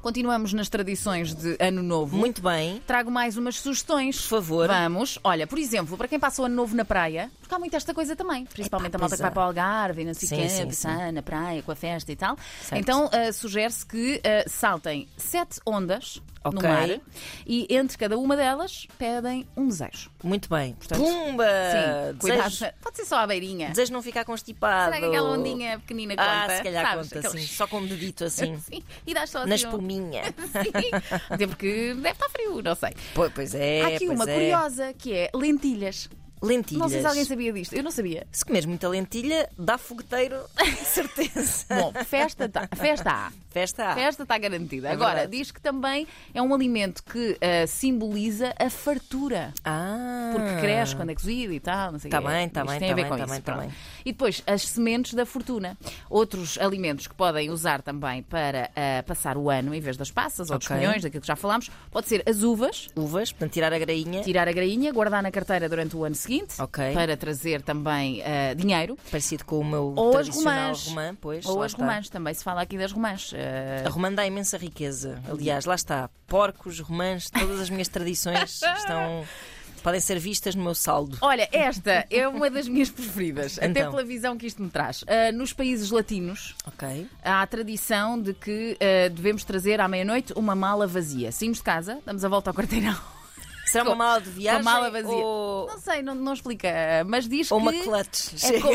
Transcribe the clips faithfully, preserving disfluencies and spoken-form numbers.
Continuamos nas tradições de Ano Novo. Muito bem. Trago mais umas sugestões. Por favor. Vamos. Olha, por exemplo, para quem passa o Ano Novo na praia, porque há muito esta coisa também. Principalmente Epá, a malta pois que vai é. para o Algarve, não sei o Sim, quê, sim, passar na praia com a festa e tal. Certo. Então, uh, sugere-se que uh, saltem sete ondas no Ok. mar e entre cada uma delas pedem um desejo. Muito bem. Portanto, Pumba! Sim, cuidado. Desejo, Pode ser só a beirinha. desejo não ficar constipado. Será que aquela ondinha pequenina conta? Ah, se calhar Sabes, conta, aqueles- sim. Só com o dedito assim. Sim, e dás só Na assim um- espuminha. Sim, até porque deve estar frio, não sei. Pois, pois é. Há aqui pois uma é. curiosa que é lentilhas. Lentilhas. Não sei se alguém sabia disto. Eu não sabia. Se comeres muita lentilha, dá fogueteiro, certeza. Bom, festa tá, festa há. Festa há. Festa está garantida. É Agora, verdade. diz que também é um alimento que ah, simboliza a fartura. Ah. Porque cresce quando é cozido e tal, não sei o Tá quê. bem, tá Isto bem, tem tá a ver bem, com tá isso, bem, tá pronto. bem. E depois, as sementes da fortuna. Outros alimentos que podem usar também para ah, passar o ano, em vez das passas ou dos Ok. colhões, daquilo que já falámos, pode ser as uvas, Uvas, portanto, tirar a grainha. tirar a grainha, guardar na carteira durante o ano seguinte, Ok. para trazer também ah, dinheiro. Parecido com o meu Ou as tradicional romãs. romã, pois. Ou lá as está. romãs, também se fala aqui das romãs. Ah, A romã dá imensa riqueza. Aliás, lá está. Porcos, romãs, todas as minhas tradições estão. Podem ser vistas no meu saldo. Olha, esta é uma das minhas preferidas, até Então. pela visão que isto me traz. Ah, nos países latinos Ok. há a tradição de que ah, devemos trazer à meia-noite uma mala vazia. Saímos de casa, damos a volta ao quarteirão. Será uma mala de viagem? Com a mala vazia. Ou, Não sei, não, não explica, mas diz ou que... uma clutch? é co-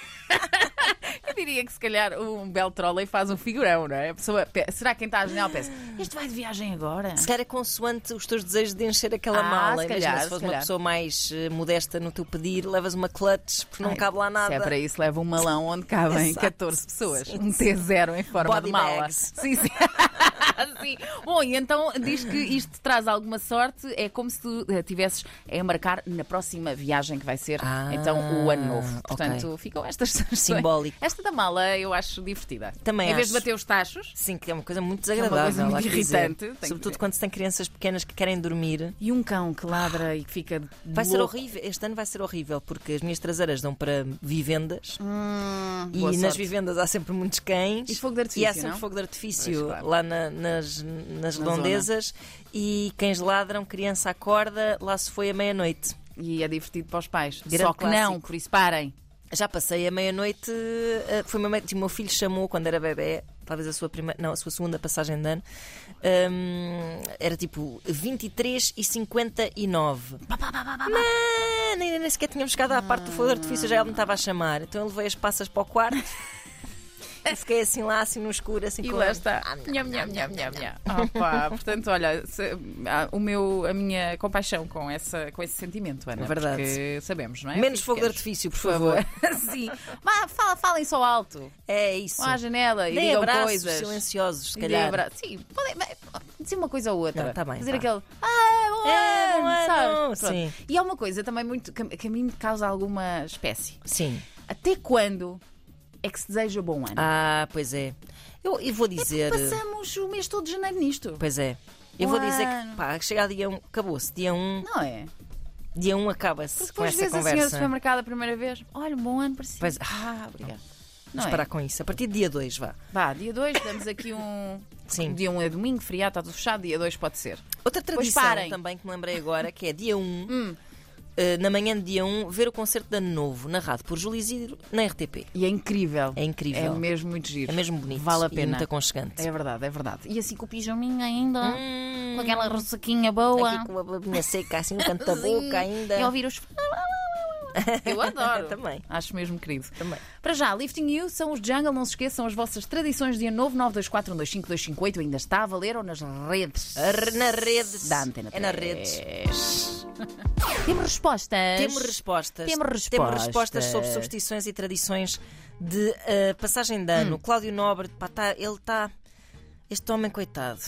Eu diria que se calhar um belo trolley faz um figurão, não é? A pessoa pe- será que quem está a janela pensa, este vai de viagem agora? Se calhar é consoante os teus desejos de encher aquela Ah, mala. se Imagina, calhar, se se fores uma calhar. pessoa mais eh, modesta no teu pedir, levas uma clutch, porque não Ai, cabe lá nada. Se é para isso, leva um malão onde cabem Exato. catorze pessoas. Sim, Um T zero em forma Body de mala. bags. Sim, sim. Sim. Bom, e então diz que isto te traz alguma sorte. É como se tu eh, tivesses a embarcar na próxima viagem que vai ser Ah, então o ano novo. ok. Portanto, ficam estas sugestões. Simbólico. Esta da mala eu acho divertida. Também Em vez de acho. bater os tachos. Sim, que é uma coisa muito é uma desagradável. coisa muito há que dizer. irritante, tem que Sobretudo ver. quando se tem crianças pequenas que querem dormir. E um cão que ladra e que fica. Vai ser louco. horrível. Este ano vai ser horrível, porque as minhas traseiras dão para vivendas. Hum, E boa nas sorte. vivendas há sempre muitos cães. E fogo de artifício, E há sempre não? fogo de artifício Pois, claro. lá na- nas, nas Na redondezas. E cães ladram, criança acorda, lá se foi à meia-noite. E é divertido para os pais. Grande Só que não, clássico. por isso parem. Já passei a meia-noite, eh, foi uma meia- o meu filho chamou quando era bebé, talvez a sua primeira, não, a sua segunda passagem de ano. Hum, era tipo vinte e três e cinquenta e nove. Não, nem, nem sequer tínhamos chegado à parte do fogo de artifício, já ele me estava a chamar. Então eu levei as passas para o quarto e fiquei assim lá, assim no escuro, assim E com lá ele. está. Nham, nham, nham, nham, nham. Opa, portanto, olha, se- ah, o meu, a minha compaixão com, essa, com esse sentimento, Ana. É verdade. Porque sabemos, não é? Menos Filhos fogo de pequenos. artifício, por favor. Sim. Mas fala, falem só alto. É isso. Vão à janela e Deem digam abraços coisas. silenciosos, se E deem calhar. abra- Sim, podem mas, dizer uma coisa ou outra. Não, tá bem, Fazer vá. aquele. Ah, bom É, bom ano", ano, sabes? Pronto. sim. E há uma coisa também muito que, que a mim me causa alguma espécie. Sim. Até quando é que se deseja bom ano? Ah, pois é. Eu, eu vou dizer. Passamos o mês todo de janeiro nisto. Pois é. Eu Bom vou dizer ano. que pá, chega a dia um, acabou-se. Dia um, Não é? dia um acaba-se com Depois essa vês a senhora do conversa. supermercado a primeira vez. Olha, um bom ano para si. Pois- Ah, obrigada. Não Vamos é? parar com isso. A partir de dia dois, vá. Vá, dia dois, damos aqui um. Sim. Dia um é domingo, feriado, está tudo fechado. Dia dois pode ser. Outra Pois tradição parem. também que me lembrei agora, que é dia um, Hum. eh, na manhã de dia um, ver o concerto de Ano Novo, narrado por Júlio Isidro na R T P. E é incrível. É incrível. É mesmo muito giro. É mesmo bonito. Vale a E pena. muito aconchegante. É verdade, é verdade. E assim com o pijaminho ainda, Hum, com aquela ressaquinha boa. aqui com a babinha seca, assim, no canto da boca ainda. E ouvir os. Eu adoro. Também. Acho mesmo querido. Também. Para já, Lifting You são os Jungle, não se esqueçam as vossas tradições de ano novo. Nove dois quatro um dois cinco dois cinco oito ainda está a valer ou nas redes Ar- Na rede. da Antena É na três. redes. Temos respostas. Temos respostas. Temos Temos respostas. respostas sobre superstições e tradições de eh, passagem de ano. Cláudio Nobre, pá, tá, ele está. Este homem, coitado.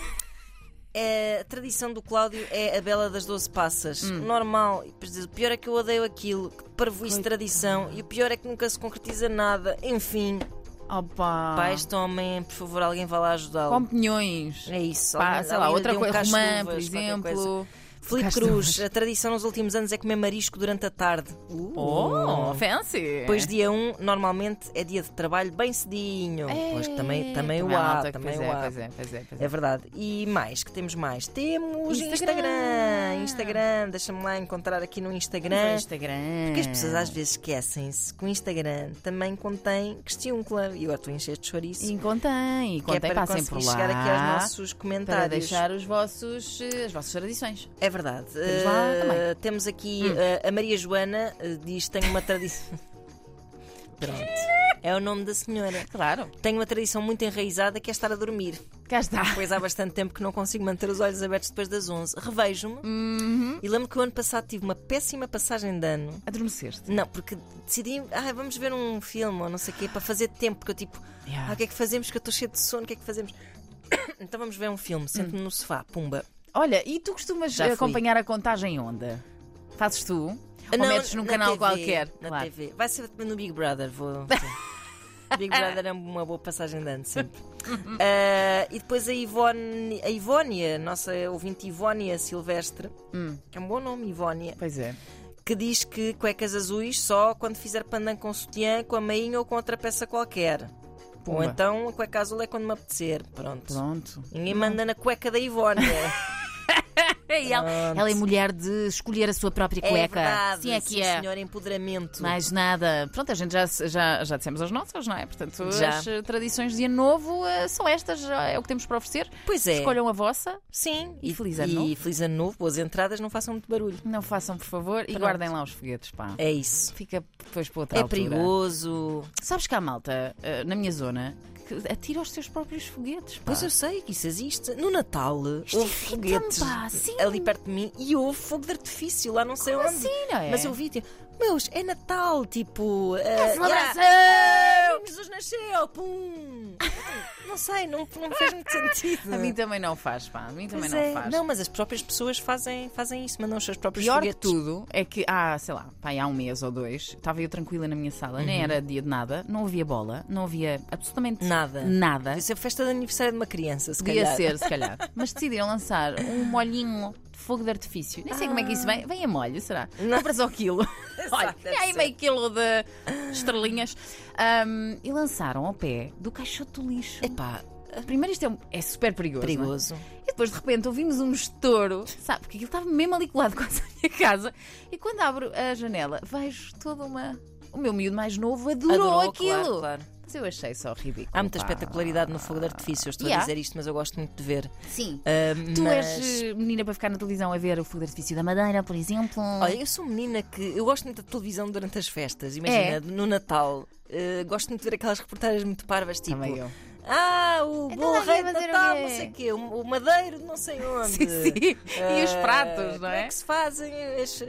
É, a tradição do Cláudio é a Bela das Doze Passas. Normal. E depois diz, o pior é que eu odeio aquilo. Que parvoíce de tradição. E o pior é que nunca se concretiza nada. Enfim. Opa. Pá, este homem, por favor, alguém vá lá ajudá-lo. Com pinhões. É isso. Pá, alguém- sei lá, alguém outra lhe dê um coisa. Romã, cacho-uvas, por qualquer coisa. exemplo. Filipe Cá Cruz, estamos. a tradição nos últimos anos é comer marisco durante a tarde. Uh. Oh, fancy! Pois dia um, normalmente, é dia de trabalho bem cedinho. É, Pois também, também o há há, malta que- também pois o é, há. pois é, pois é, pois É é. verdade. E mais, que temos mais? Temos Instagram. Instagram. Instagram. Deixa-me lá encontrar aqui no Instagram. Instagram. Porque as pessoas às vezes esquecem-se que o Instagram também contém questiúncula. E agora estou a encher de chouriço. E contem, e Que é contem, para passem por conseguir lá. chegar aqui aos nossos Para comentários. deixar os vossos, eh, as vossas tradições. É verdade. Temos lá Uh, também. Temos aqui uh, a Maria Joana, uh, diz que tem uma tradição. Pronto. É o nome da senhora. Claro, Tenho uma tradição muito enraizada que é estar a dormir. cá está. Pois há bastante tempo que não consigo manter os olhos abertos depois das onze. Revejo-me Uhum. e lembro que o ano passado tive uma péssima passagem de ano. Adormeceste. Não, porque decidi, ah, vamos ver um filme ou não sei o quê, para fazer tempo, porque eu tipo, Yeah. ah, o que é que fazemos? Que eu estou cheio de sono, o que é que fazemos? Então vamos ver um filme, sento-me no sofá, pumba. Olha, e tu costumas Já fui. acompanhar a contagem onde? Fazes tu? Ou Não, metes num na canal T V, qualquer? Na Claro. T V. Vai ser no Big Brother, vou. Big Brother é uma boa passagem de ano, sempre. Ah, e depois a Ivone, a Ivónia, nossa ouvinte Ivónia Silvestre, Hum, que é um bom nome, Ivónia, pois é. que diz que cuecas azuis só quando fizer pandan com sutiã, com a meinha ou com outra peça qualquer. Ou Pumba. então a cueca azul é quando me apetecer. Pronto. Pronto. Ninguém manda na cueca da Ivónia. E ela, Pronto. ela é mulher de escolher a sua própria É cueca. verdade, Sim, é sim, que é. senhor, empoderamento. Mais nada. Pronto, a gente já, já, já dissemos as nossas, não é? Portanto, Já. as eh, tradições de ano novo eh, são estas, já é o que temos para oferecer. Pois é. Escolham a vossa, Sim, E feliz ano e novo. feliz ano novo, boas entradas, não façam muito barulho. não façam, por favor, e Pronto. guardem lá os foguetes, pá. É isso. Fica depois para outra É altura. perigoso. Sabes que há malta, eh, na minha zona, que atira os seus próprios foguetes, pá. Pois eu sei que isso existe. No Natal Isto houve irrita-me, foguetes pá, sim. ali perto de mim e houve fogo de artifício lá não sei Como onde. assim, não é? Mas eu vi, tipo, meus, é Natal, tipo. É Uh, celebração! Jesus nasceu, pum! Não sei, não, não fez muito sentido. A mim também não faz, pá. A mim também Pois não é. faz. Não, mas as próprias pessoas fazem, fazem isso, mandam os seus próprios Pior que foguetes. tudo é que há, sei lá, pá, há um mês ou dois, estava eu tranquila na minha sala, nem era dia de nada, não havia bola, não havia absolutamente Nada. nada. Isso é festa de aniversário de uma criança, se Podia calhar. ser, se calhar. Mas decidiram lançar um molhinho de fogo de artifício. Nem sei como é que isso vem. Vem a molho, será? Não. Compras ao quilo. Olha, deve e aí ser. meio quilo de estrelinhas. Ahm, e lançaram ao pé do caixote do lixo. Epá, Primeiro isto é, um- é super perigoso. não é? perigoso. E depois de repente ouvimos um estouro, sabe? Porque aquilo estava mesmo ali colado quase à minha casa. E quando abro a janela, vejo toda uma. O meu miúdo mais novo adorou, Adorou, aquilo. claro, claro. Mas eu achei só ridículo. Há muita pá. espetacularidade no fogo de artifício. Eu estou Yeah. a dizer isto, mas eu gosto muito de ver. Sim. Ah, Tu mas... és eh, menina para ficar na televisão a ver o fogo de artifício da Madeira, por exemplo. Olha, eu sou menina que. Eu gosto muito da televisão durante as festas. Imagina, É. no Natal. ah, gosto muito de ver aquelas reportagens muito parvas, tipo. Também eu. Ah, o Então bolo dá rei de para fazer o Natal, quê? não sei o quê, o o madeiro de não sei onde. Sim, sim. E os Ah, pratos, não como é? é que se fazem as.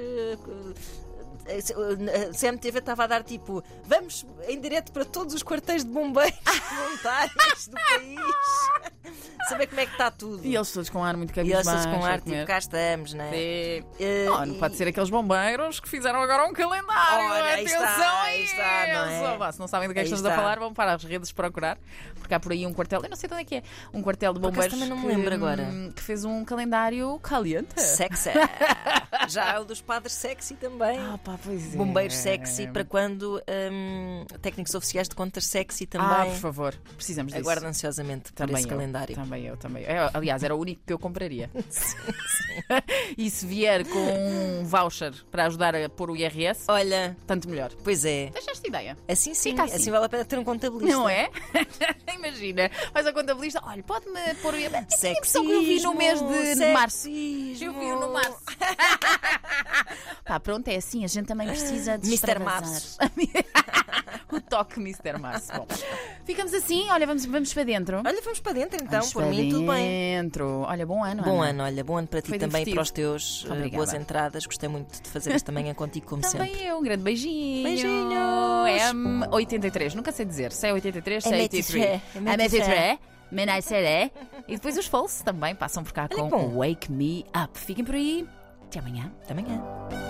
A C M T V estava a dar tipo, vamos em direto para todos os quartéis de bombeiros voluntários do país, saber como é que está tudo. E eles todos com ar muito E cabisbaixo. eles com a ar comer. tipo, cá estamos, não é? Sim. Eh, Não, não e- pode ser aqueles bombeiros que fizeram agora um calendário. Olha, aí Atenção está, a aí está, não é? isso. Vá, se não sabem do que é que Aí estamos a está. falar, vão para as redes procurar. Porque há por aí um quartel, eu não sei de onde é que é, um quartel de Por acaso bombeiros também não me que, lembro agora. hum, que fez um calendário caliente. Sexy. Já é o dos padres sexy também. Ah, pá, pois é. Bombeiros sexy para quando hum, técnicos oficiais de contas sexy Ah, também. por favor, precisamos disso. Aguardo ansiosamente por Também esse eu, calendário. Também eu, também eu. É, aliás, era o único que eu compraria. E se vier com um voucher para ajudar a pôr o I R S, Olha, tanto melhor. pois é. Deixa esta ideia. Assim sim, Fica assim. assim. vale a pena ter um contabilista. Não é? Imagina, vais ao contabilista, olha, pode-me pôr o I R S. Tinha impressão Sexismo, que eu vi no mês de março. sexismo. Eu vi no março. Pá, pronto, é assim, a gente também precisa de mister extravasar. Março. O toque mister Março. Bom, ficamos assim, olha, vamos, vamos para dentro. Olha, vamos para dentro então, Vamos por para mim tudo bem. dentro. Olha, bom ano, Bom Ana. ano, olha, bom ano para ti Foi também e divertido. para os teus. eh, Obrigada. Boas entradas. Gostei muito de fazer esta manhã contigo, como Também sempre. eu, um grande beijinho. Beijinhos. É hum, oitenta e três, nunca sei dizer se é oitenta e três, se é oitenta e três. É oitenta e três, Menaiseré. E depois os falsos também passam por cá Olha com que bom. Wake Me Up. Fiquem por aí. Até amanhã. Até amanhã.